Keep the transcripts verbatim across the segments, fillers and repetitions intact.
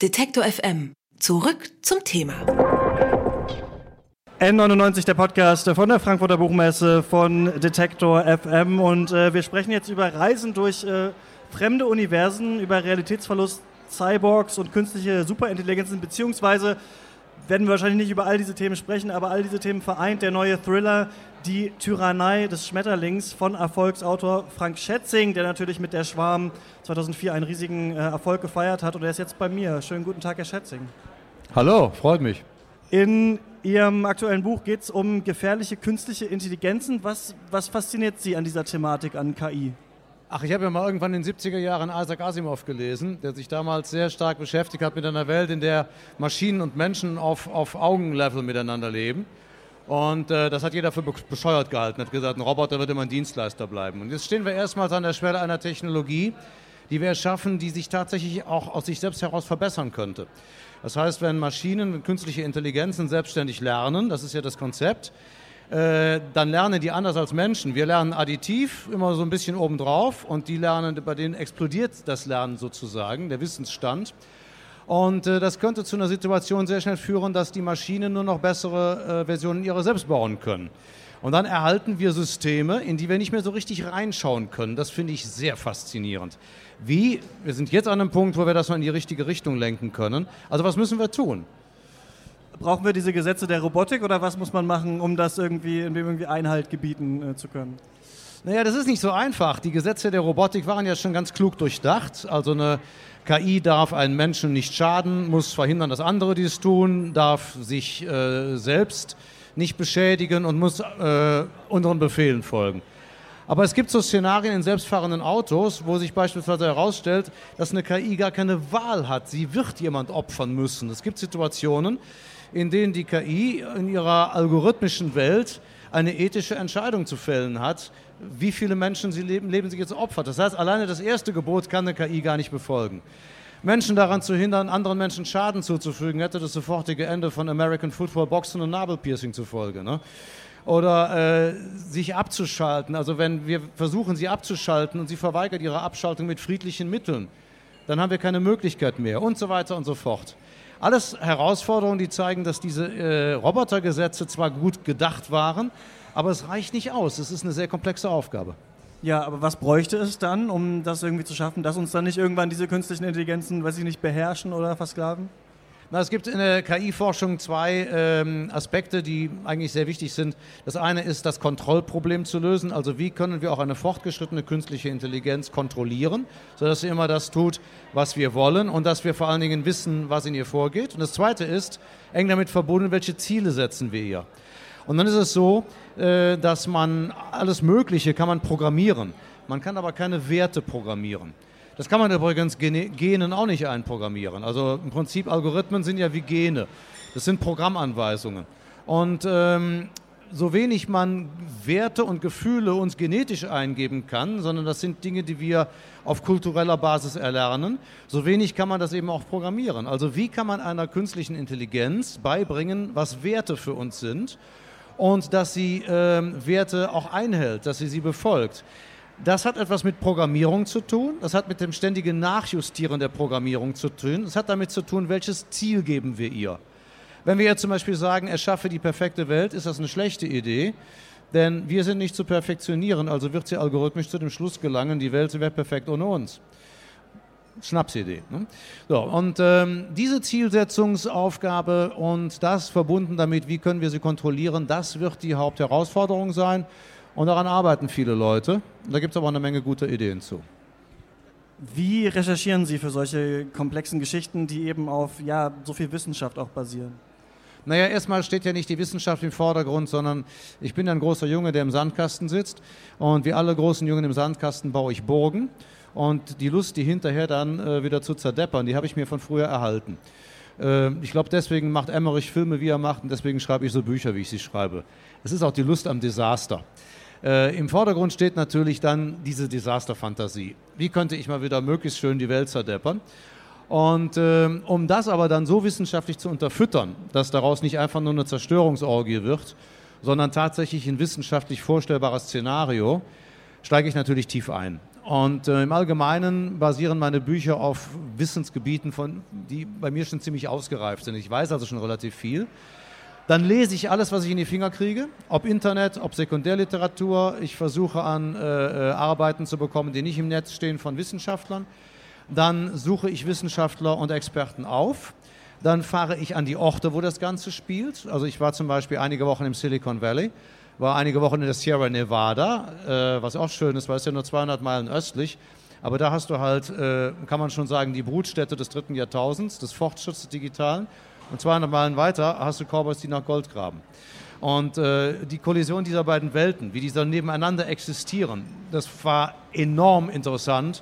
Detektor F M. Zurück zum Thema. N neunundneunzig, der Podcast von der Frankfurter Buchmesse von Detektor F M. Und äh, wir sprechen jetzt über Reisen durch äh, fremde Universen, über Realitätsverlust, Cyborgs und künstliche Superintelligenzen, beziehungsweise werden wir wahrscheinlich nicht über all diese Themen sprechen, aber all diese Themen vereint der neue Thriller Die Tyrannei des Schmetterlings von Erfolgsautor Frank Schätzing, der natürlich mit Der Schwarm zweitausendvier einen riesigen äh, Erfolg gefeiert hat, und er ist jetzt bei mir. Schönen guten Tag, Herr Schätzing. Hallo, freut mich. In Ihrem aktuellen Buch geht es um gefährliche künstliche Intelligenzen. Was, was fasziniert Sie an dieser Thematik, an K I? Ach, ich habe ja mal irgendwann in den siebziger Jahren Isaac Asimov gelesen, der sich damals sehr stark beschäftigt hat mit einer Welt, in der Maschinen und Menschen auf, auf Augenlevel miteinander leben. Und äh, das hat jeder für bescheuert gehalten, hat gesagt, ein Roboter wird immer ein Dienstleister bleiben. Und jetzt stehen wir erstmals an der Schwelle einer Technologie, die wir erschaffen, die sich tatsächlich auch aus sich selbst heraus verbessern könnte. Das heißt, wenn Maschinen, wenn künstliche Intelligenzen selbstständig lernen, das ist ja das Konzept, äh, dann lernen die anders als Menschen. Wir lernen additiv, immer so ein bisschen obendrauf, und die lernen, bei denen explodiert das Lernen sozusagen, der Wissensstand. Und äh, das könnte zu einer Situation sehr schnell führen, dass die Maschinen nur noch bessere äh, Versionen ihrer selbst bauen können. Und dann erhalten wir Systeme, in die wir nicht mehr so richtig reinschauen können. Das finde ich sehr faszinierend. Wie? Wir sind jetzt an einem Punkt, wo wir das mal in die richtige Richtung lenken können. Also was müssen wir tun? Brauchen wir diese Gesetze der Robotik, oder was muss man machen, um das irgendwie, um dem irgendwie Einhalt gebieten äh, zu können? Naja, das ist nicht so einfach. Die Gesetze der Robotik waren ja schon ganz klug durchdacht. Also eine K I darf einen Menschen nicht schaden, muss verhindern, dass andere dies tun, darf sich äh, selbst nicht beschädigen und muss äh, unseren Befehlen folgen. Aber es gibt so Szenarien in selbstfahrenden Autos, wo sich beispielsweise herausstellt, dass eine K I gar keine Wahl hat. Sie wird jemand opfern müssen. Es gibt Situationen, in denen die K I in ihrer algorithmischen Welt eine ethische Entscheidung zu fällen hat, wie viele Menschen sie leben, leben sie jetzt opfert. Das heißt, alleine das erste Gebot kann eine K I gar nicht befolgen. Menschen daran zu hindern, anderen Menschen Schaden zuzufügen, hätte das sofortige Ende von American Football, Boxen und Nabelpiercing zur Folge, ne? Oder äh, sich abzuschalten. Also wenn wir versuchen, sie abzuschalten und sie verweigert ihre Abschaltung mit friedlichen Mitteln, dann haben wir keine Möglichkeit mehr und so weiter und so fort. Alles Herausforderungen, die zeigen, dass diese äh, Robotergesetze zwar gut gedacht waren, aber es reicht nicht aus. Es ist eine sehr komplexe Aufgabe. Ja, aber was bräuchte es dann, um das irgendwie zu schaffen, dass uns dann nicht irgendwann diese künstlichen Intelligenzen, weiß ich nicht, beherrschen oder versklaven? Na, es gibt in der K I-Forschung zwei ähm, Aspekte, die eigentlich sehr wichtig sind. Das eine ist, das Kontrollproblem zu lösen. Also wie können wir auch eine fortgeschrittene künstliche Intelligenz kontrollieren, sodass sie immer das tut, was wir wollen, und dass wir vor allen Dingen wissen, was in ihr vorgeht. Und das zweite ist, eng damit verbunden, welche Ziele setzen wir ihr. Und dann ist es so, äh, dass man alles Mögliche kann man programmieren. Man kann aber keine Werte programmieren. Das kann man übrigens Genen auch nicht einprogrammieren. Also im Prinzip Algorithmen sind ja wie Gene. Das sind Programmanweisungen. Und ähm, so wenig man Werte und Gefühle uns genetisch eingeben kann, sondern das sind Dinge, die wir auf kultureller Basis erlernen, so wenig kann man das eben auch programmieren. Also wie kann man einer künstlichen Intelligenz beibringen, was Werte für uns sind, und dass sie ähm, Werte auch einhält, dass sie sie befolgt? Das hat etwas mit Programmierung zu tun, das hat mit dem ständigen Nachjustieren der Programmierung zu tun, das hat damit zu tun, welches Ziel geben wir ihr. Wenn wir jetzt zum Beispiel sagen, erschaffe die perfekte Welt, ist das eine schlechte Idee, denn wir sind nicht zu perfektionieren, also wird sie algorithmisch zu dem Schluss gelangen, die Welt wäre perfekt ohne uns. Schnapsidee. Ne? So, und ähm, diese Zielsetzungsaufgabe und das verbunden damit, wie können wir sie kontrollieren, das wird die Hauptherausforderung sein. Und daran arbeiten viele Leute. Und da gibt es aber eine Menge guter Ideen zu. Wie recherchieren Sie für solche komplexen Geschichten, die eben auf ja, so viel Wissenschaft auch basieren? Naja, erstmal steht ja nicht die Wissenschaft im Vordergrund, sondern ich bin ein großer Junge, der im Sandkasten sitzt. Und wie alle großen Jungen im Sandkasten baue ich Burgen. Und die Lust, die hinterher dann äh, wieder zu zerdeppern, die habe ich mir von früher erhalten. Äh, ich glaube, deswegen macht Emmerich Filme, wie er macht, und deswegen schreibe ich so Bücher, wie ich sie schreibe. Es ist auch die Lust am Desaster. Äh, Im Vordergrund steht natürlich dann diese Desasterfantasie. Wie könnte ich mal wieder möglichst schön die Welt zerdeppern? Und äh, um das aber dann so wissenschaftlich zu unterfüttern, dass daraus nicht einfach nur eine Zerstörungsorgie wird, sondern tatsächlich ein wissenschaftlich vorstellbares Szenario, steige ich natürlich tief ein. Und äh, im Allgemeinen basieren meine Bücher auf Wissensgebieten, von, die bei mir schon ziemlich ausgereift sind. Ich weiß also schon relativ viel. Dann lese ich alles, was ich in die Finger kriege, ob Internet, ob Sekundärliteratur. Ich versuche an äh, Arbeiten zu bekommen, die nicht im Netz stehen, von Wissenschaftlern. Dann suche ich Wissenschaftler und Experten auf. Dann fahre ich an die Orte, wo das Ganze spielt. Also ich war zum Beispiel einige Wochen im Silicon Valley, war einige Wochen in der Sierra Nevada, äh, was auch schön ist, weil es ja nur zweihundert Meilen östlich. Aber da hast du halt, äh, kann man schon sagen, die Brutstätte des dritten Jahrtausends, des Fortschritts des Digitalen. Und zweihundert Meilen weiter hast du Cowboys, die nach Gold graben. Und äh, die Kollision dieser beiden Welten, wie die so nebeneinander existieren, das war enorm interessant.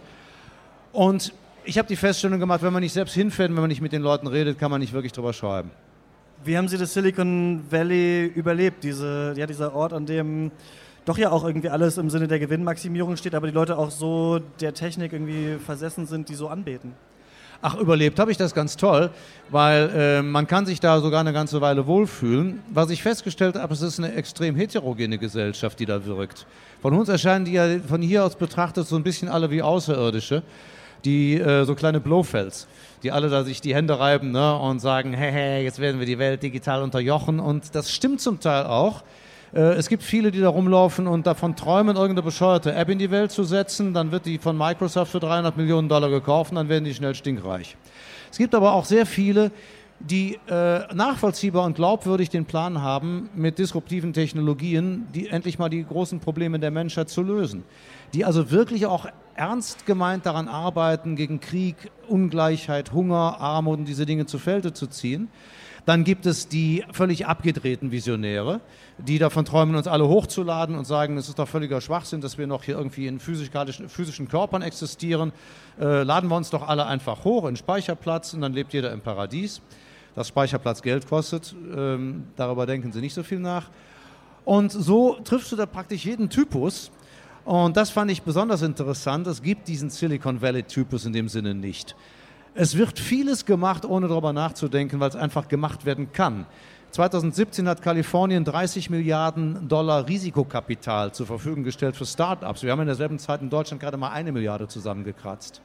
Und ich habe die Feststellung gemacht, wenn man nicht selbst hinfährt, wenn man nicht mit den Leuten redet, kann man nicht wirklich drüber schreiben. Wie haben Sie das Silicon Valley überlebt? Diese, ja, dieser Ort, an dem doch ja auch irgendwie alles im Sinne der Gewinnmaximierung steht, aber die Leute auch so der Technik irgendwie versessen sind, die so anbeten. Ach, überlebt habe ich das ganz toll, weil äh, man kann sich da sogar eine ganze Weile wohlfühlen. Was ich festgestellt habe, es ist eine extrem heterogene Gesellschaft, die da wirkt. Von uns erscheinen die ja von hier aus betrachtet so ein bisschen alle wie Außerirdische, die äh, so kleine Blofelds, die alle da sich die Hände reiben, ne, und sagen, hey, hey, jetzt werden wir die Welt digital unterjochen. Und das stimmt zum Teil auch. Äh, es gibt viele, die da rumlaufen und davon träumen, irgendeine bescheuerte App in die Welt zu setzen. Dann wird die von Microsoft für dreihundert Millionen Dollar gekauft und dann werden die schnell stinkreich. Es gibt aber auch sehr viele, die äh, nachvollziehbar und glaubwürdig den Plan haben, mit disruptiven Technologien die endlich mal die großen Probleme der Menschheit zu lösen. Die also wirklich auch ernst gemeint daran arbeiten, gegen Krieg, Ungleichheit, Hunger, Armut und diese Dinge zu Felde zu ziehen. Dann gibt es die völlig abgedrehten Visionäre, die davon träumen, uns alle hochzuladen und sagen, es ist doch völliger Schwachsinn, dass wir noch hier irgendwie in physikalischen, physischen Körpern existieren. Äh, laden wir uns doch alle einfach hoch in Speicherplatz und dann lebt jeder im Paradies. Dass Speicherplatz Geld kostet, ähm, darüber denken Sie nicht so viel nach. Und so triffst du da praktisch jeden Typus. Und das fand ich besonders interessant. Es gibt diesen Silicon Valley-Typus in dem Sinne nicht. Es wird vieles gemacht, ohne darüber nachzudenken, weil es einfach gemacht werden kann. zweitausendsiebzehn hat Kalifornien dreißig Milliarden Dollar Risikokapital zur Verfügung gestellt für Start-ups. Wir haben in derselben Zeit in Deutschland gerade mal eine Milliarde zusammengekratzt.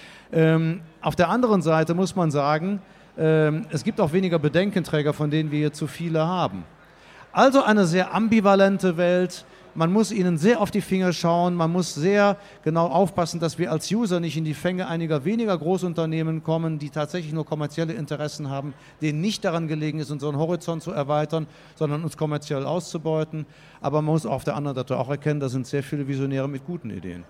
Ähm, auf der anderen Seite muss man sagen, ähm, es gibt auch weniger Bedenkenträger, von denen wir hier zu viele haben. Also eine sehr ambivalente Welt. Man muss ihnen sehr auf die Finger schauen, man muss sehr genau aufpassen, dass wir als User nicht in die Fänge einiger weniger Großunternehmen kommen, die tatsächlich nur kommerzielle Interessen haben, denen nicht daran gelegen ist, unseren Horizont zu erweitern, sondern uns kommerziell auszubeuten. Aber man muss auf der anderen Seite auch erkennen, da sind sehr viele Visionäre mit guten Ideen.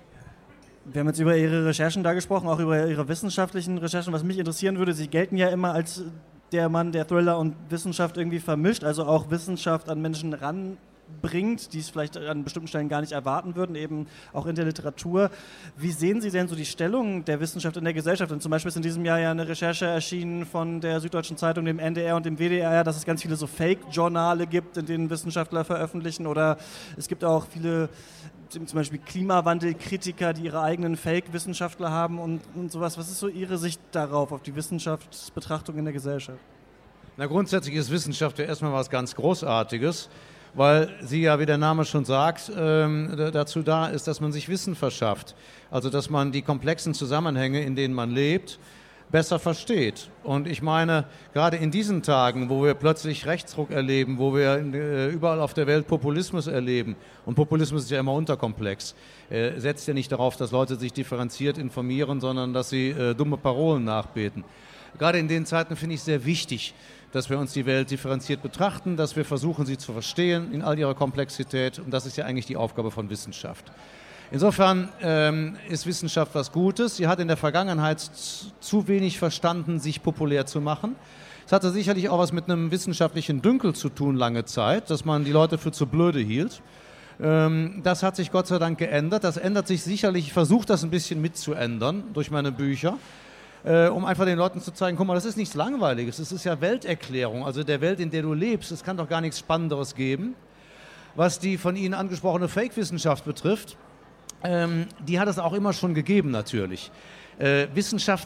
Wir haben jetzt über Ihre Recherchen da gesprochen, auch über Ihre wissenschaftlichen Recherchen. Was mich interessieren würde, Sie gelten ja immer als der Mann, der Thriller und Wissenschaft irgendwie vermischt, also auch Wissenschaft an Menschen ran bringt, die es vielleicht an bestimmten Stellen gar nicht erwarten würden, eben auch in der Literatur. Wie sehen Sie denn so die Stellung der Wissenschaft in der Gesellschaft? Und zum Beispiel ist in diesem Jahr ja eine Recherche erschienen von der Süddeutschen Zeitung, dem N D R und dem W D R, dass es ganz viele so Fake-Journale gibt, in denen Wissenschaftler veröffentlichen, oder es gibt auch viele zum Beispiel Klimawandelkritiker, die ihre eigenen Fake-Wissenschaftler haben und, und sowas. Was ist so Ihre Sicht darauf, auf die Wissenschaftsbetrachtung in der Gesellschaft? Na, grundsätzlich ist Wissenschaft ja erstmal was ganz Großartiges, weil sie ja, wie der Name schon sagt, ähm, dazu da ist, dass man sich Wissen verschafft. Also, dass man die komplexen Zusammenhänge, in denen man lebt, besser versteht. Und ich meine, gerade in diesen Tagen, wo wir plötzlich Rechtsruck erleben, wo wir äh, überall auf der Welt Populismus erleben, und Populismus ist ja immer unterkomplex, äh, setzt ja nicht darauf, dass Leute sich differenziert informieren, sondern dass sie äh, dumme Parolen nachbeten. Gerade in den Zeiten finde ich es sehr wichtig, dass wir uns die Welt differenziert betrachten, dass wir versuchen, sie zu verstehen in all ihrer Komplexität. Und das ist ja eigentlich die Aufgabe von Wissenschaft. Insofern ähm, ist Wissenschaft was Gutes. Sie hat in der Vergangenheit zu wenig verstanden, sich populär zu machen. Es hatte sicherlich auch was mit einem wissenschaftlichen Dünkel zu tun, lange Zeit, dass man die Leute für zu blöde hielt. Ähm, das hat sich Gott sei Dank geändert. Das ändert sich sicherlich. Ich versuche das ein bisschen mitzuändern durch meine Bücher. Äh, um einfach den Leuten zu zeigen, guck mal, das ist nichts Langweiliges, das ist ja Welterklärung, also der Welt, in der du lebst, es kann doch gar nichts Spannenderes geben. Was die von Ihnen angesprochene Fake-Wissenschaft betrifft, ähm, die hat es auch immer schon gegeben natürlich. Äh, Wissenschaft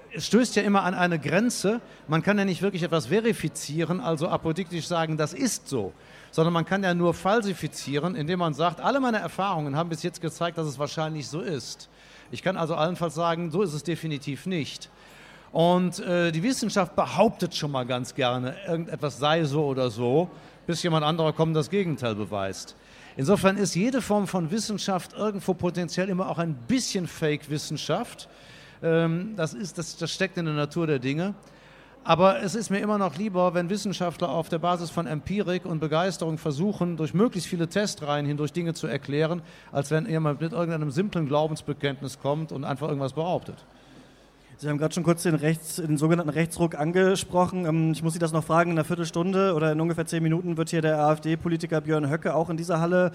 es stößt ja immer an eine Grenze. Man kann ja nicht wirklich etwas verifizieren, also apodiktisch sagen, das ist so. Sondern man kann ja nur falsifizieren, indem man sagt, alle meine Erfahrungen haben bis jetzt gezeigt, dass es wahrscheinlich so ist. Ich kann also allenfalls sagen, so ist es definitiv nicht. Und äh, die Wissenschaft behauptet schon mal ganz gerne, irgendetwas sei so oder so, bis jemand anderer kommt und das Gegenteil beweist. Insofern ist jede Form von Wissenschaft irgendwo potenziell immer auch ein bisschen Fake-Wissenschaft. Ähm, das, ist, das, das steckt in der Natur der Dinge. Aber es ist mir immer noch lieber, wenn Wissenschaftler auf der Basis von Empirik und Begeisterung versuchen, durch möglichst viele Testreihen hindurch Dinge zu erklären, als wenn jemand mit irgendeinem simplen Glaubensbekenntnis kommt und einfach irgendwas behauptet. Sie haben gerade schon kurz den, Rechts, den sogenannten Rechtsruck angesprochen. Ich muss Sie das noch fragen, in einer Viertelstunde oder in ungefähr zehn Minuten wird hier der AfD-Politiker Björn Höcke auch in dieser Halle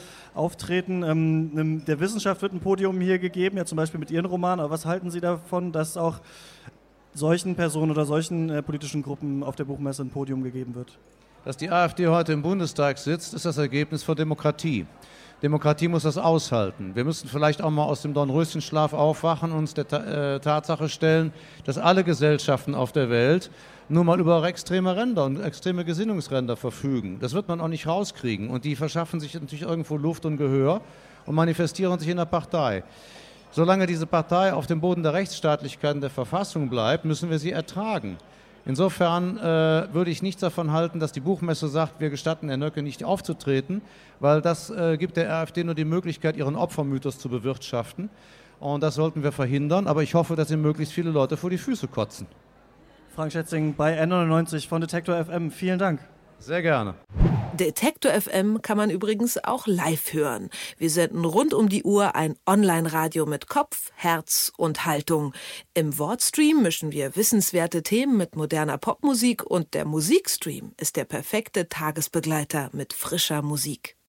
auftreten. Der Wissenschaft wird ein Podium hier gegeben, ja zum Beispiel mit Ihren Romanen. Aber was halten Sie davon, dass auch solchen Personen oder solchen äh, politischen Gruppen auf der Buchmesse ein Podium gegeben wird? Dass die AfD heute im Bundestag sitzt, ist das Ergebnis von Demokratie. Demokratie muss das aushalten. Wir müssen vielleicht auch mal aus dem Dornröschenschlaf aufwachen und uns der Ta- äh, Tatsache stellen, dass alle Gesellschaften auf der Welt nur mal über extreme Ränder und extreme Gesinnungsränder verfügen. Das wird man auch nicht rauskriegen. Und die verschaffen sich natürlich irgendwo Luft und Gehör und manifestieren sich in der Partei. Solange diese Partei auf dem Boden der Rechtsstaatlichkeit und der Verfassung bleibt, müssen wir sie ertragen. Insofern äh, würde ich nichts davon halten, dass die Buchmesse sagt, wir gestatten Herrn Höcke nicht aufzutreten, weil das äh, gibt der AfD nur die Möglichkeit, ihren Opfermythos zu bewirtschaften. Und das sollten wir verhindern. Aber ich hoffe, dass ihm möglichst viele Leute vor die Füße kotzen. Frank Schätzing bei N neunundneunzig von Detektor F M. Vielen Dank. Sehr gerne. Detektor F M kann man übrigens auch live hören. Wir senden rund um die Uhr ein Online-Radio mit Kopf, Herz und Haltung. Im Wortstream mischen wir wissenswerte Themen mit moderner Popmusik und der Musikstream ist der perfekte Tagesbegleiter mit frischer Musik.